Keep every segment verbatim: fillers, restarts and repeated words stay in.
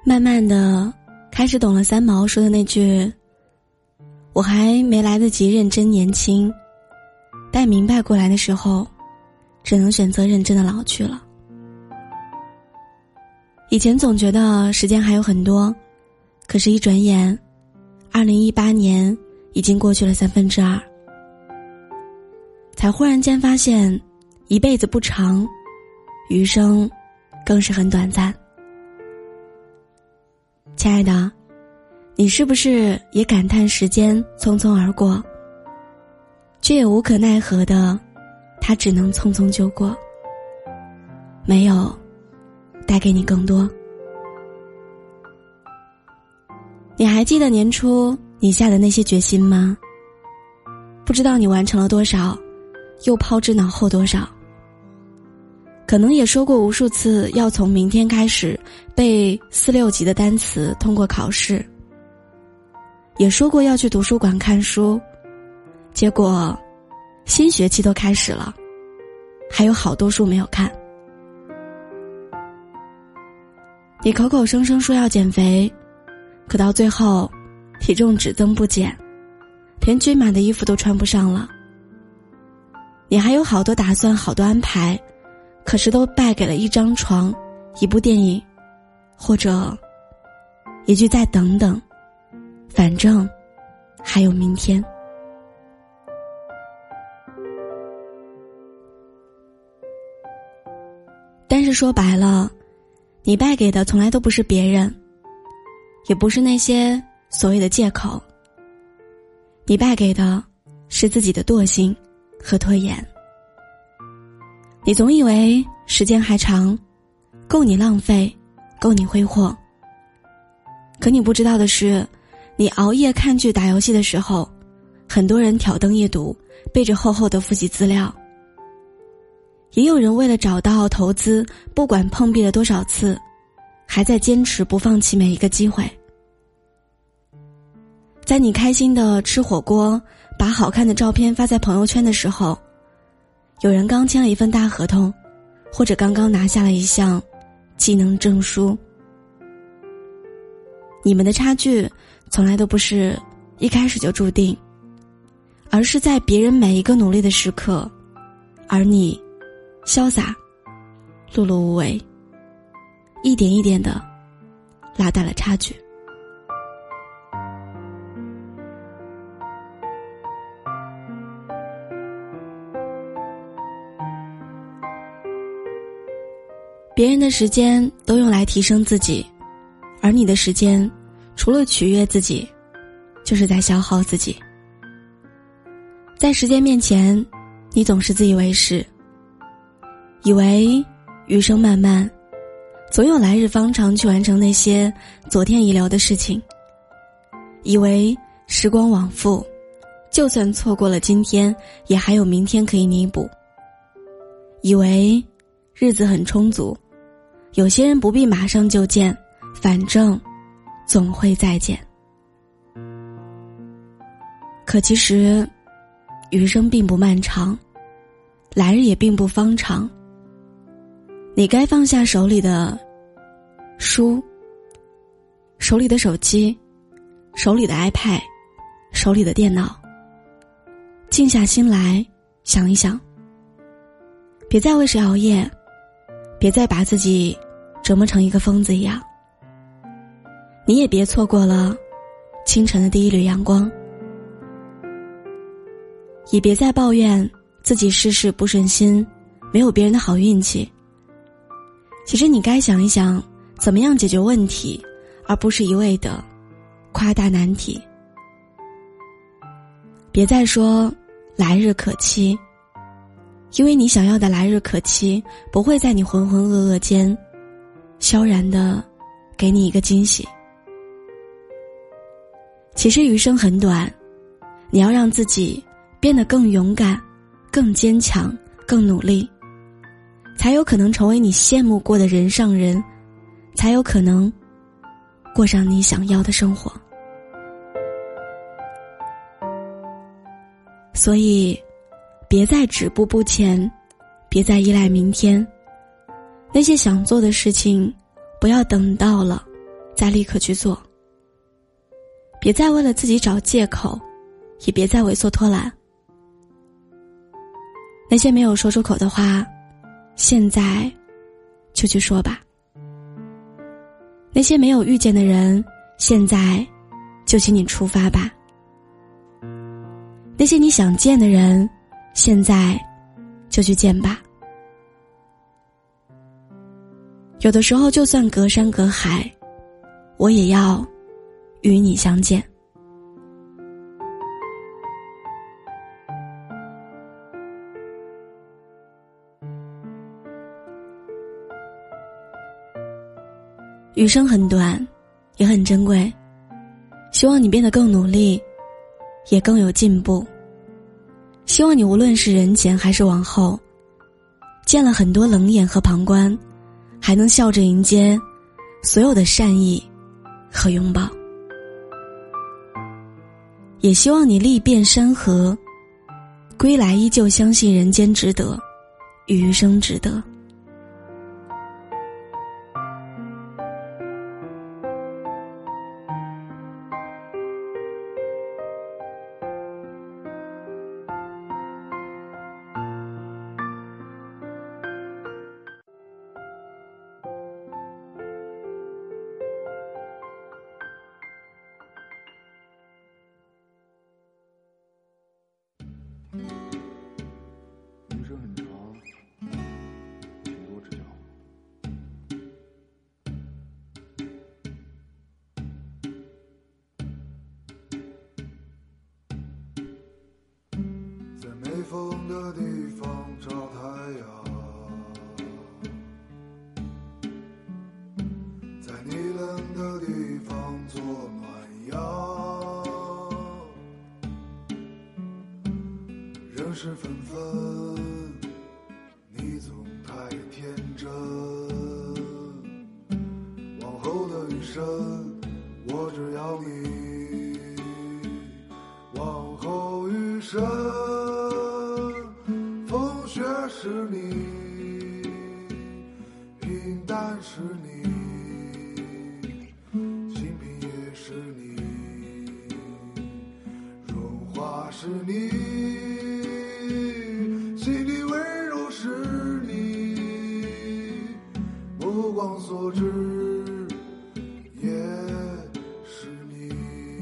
慢慢的开始懂了三毛说的那句，我还没来得及认真年轻，待明白过来的时候，只能选择认真的老去了。以前总觉得时间还有很多，可是一转眼二零一八年已经过去了三分之二，才忽然间发现一辈子不长，余生更是很短暂。亲爱的，你是不是也感叹时间匆匆而过，却也无可奈何的它只能匆匆就过，没有带给你更多。你还记得年初你下的那些决心吗？不知道你完成了多少，又抛之脑后多少。可能也说过无数次要从明天开始背四六级的单词通过考试，也说过要去图书馆看书，结果新学期都开始了，还有好多书没有看。你口口声声说要减肥，可到最后体重只增不减，连均码的衣服都穿不上了。你还有好多打算，好多安排，可是都败给了一张床，一部电影，或者一句再等等，反正还有明天。但是说白了，你败给的从来都不是别人，也不是那些所谓的借口，你败给的是自己的惰性和拖延。你总以为时间还长，够你浪费，够你挥霍。可你不知道的是，你熬夜看剧打游戏的时候，很多人挑灯夜读，背着厚厚的复习资料。也有人为了找到投资，不管碰壁了多少次，还在坚持不放弃每一个机会。在你开心的吃火锅，把好看的照片发在朋友圈的时候，有人刚签了一份大合同，或者刚刚拿下了一项技能证书。你们的差距从来都不是一开始就注定，而是在别人每一个努力的时刻，而你潇洒碌碌无为，一点一点的拉大了差距。别人的时间都用来提升自己，而你的时间除了取悦自己，就是在消耗自己。在时间面前，你总是自以为是，以为余生漫漫，总有来日方长去完成那些昨天遗留的事情，以为时光往复，就算错过了今天，也还有明天可以弥补，以为日子很充足，有些人不必马上就见，反正总会再见。可其实余生并不漫长，来日也并不方长。你该放下手里的书，手里的手机，手里的 iPad， 手里的电脑，静下心来想一想，别再为谁熬夜，别再把自己折磨成一个疯子一样。你也别错过了清晨的第一缕阳光，也别再抱怨自己事事不顺心，没有别人的好运气。其实你该想一想怎么样解决问题，而不是一味的夸大难题。别再说来日可期，因为你想要的来日可期不会在你浑浑噩噩间悄然地给你一个惊喜。其实余生很短，你要让自己变得更勇敢，更坚强，更努力，才有可能成为你羡慕过的人上人，才有可能过上你想要的生活。所以别再止步不前，别再依赖明天，那些想做的事情不要等到了再立刻去做。别再为了自己找借口，也别再畏缩拖懒。那些没有说出口的话，现在就去说吧。那些没有遇见的人，现在就请你出发吧。那些你想见的人，现在就去见吧。有的时候就算隔山隔海，我也要与你相见。余生很短，也很珍贵，希望你变得更努力，也更有进步。希望你无论是人前还是往后，见了很多冷眼和旁观，还能笑着迎接所有的善意和拥抱。也希望你历遍山河，归来依旧相信人间值得，余生值得。 余生很长，请多指教。 在没风的地方找太阳，在你冷的地方做暖阳。人事纷纷，你总太天真。往后的余生，我只要你。往后余生，风雪是你，平淡是你，清贫也是你，荣华是你，心底温柔是你，目光所至也是你。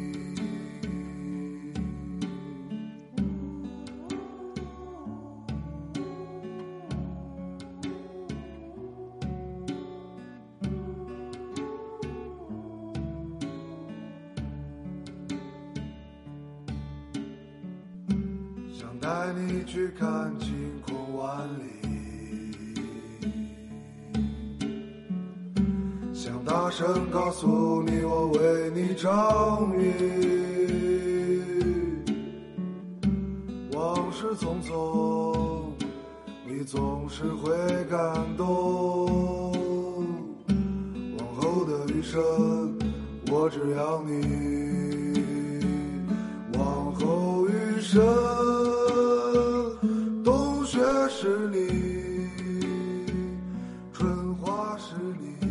想带你去看晴空万里，想大声告诉你我为你着迷。往事匆匆，你总是会感动。往后的余生，我只要你。往后余生，冬雪是你，春花是你，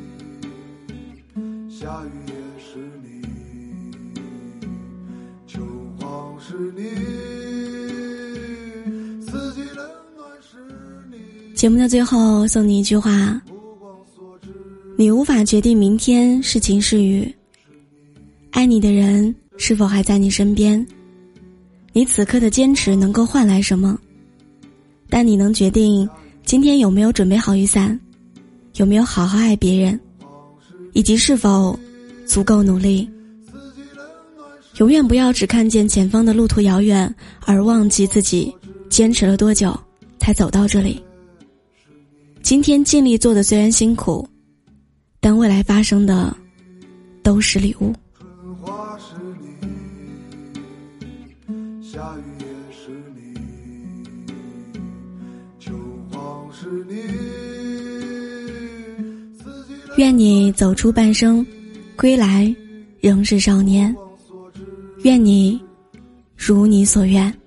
夏雨也是你，秋黄是你，四季冷暖是你。 节目的最后送你一句话：你无法决定明天是晴是雨，爱你的人是否还在你身边？你此刻的坚持能够换来什么？但你能决定今天有没有准备好雨伞，有没有好好爱别人，以及是否足够努力。永远不要只看见前方的路途遥远，而忘记自己坚持了多久才走到这里。今天尽力做的虽然辛苦，但未来发生的都是礼物。 夏雨也是你，秋黄是你。 愿你走出半生，归来仍是少年。愿你如你所愿。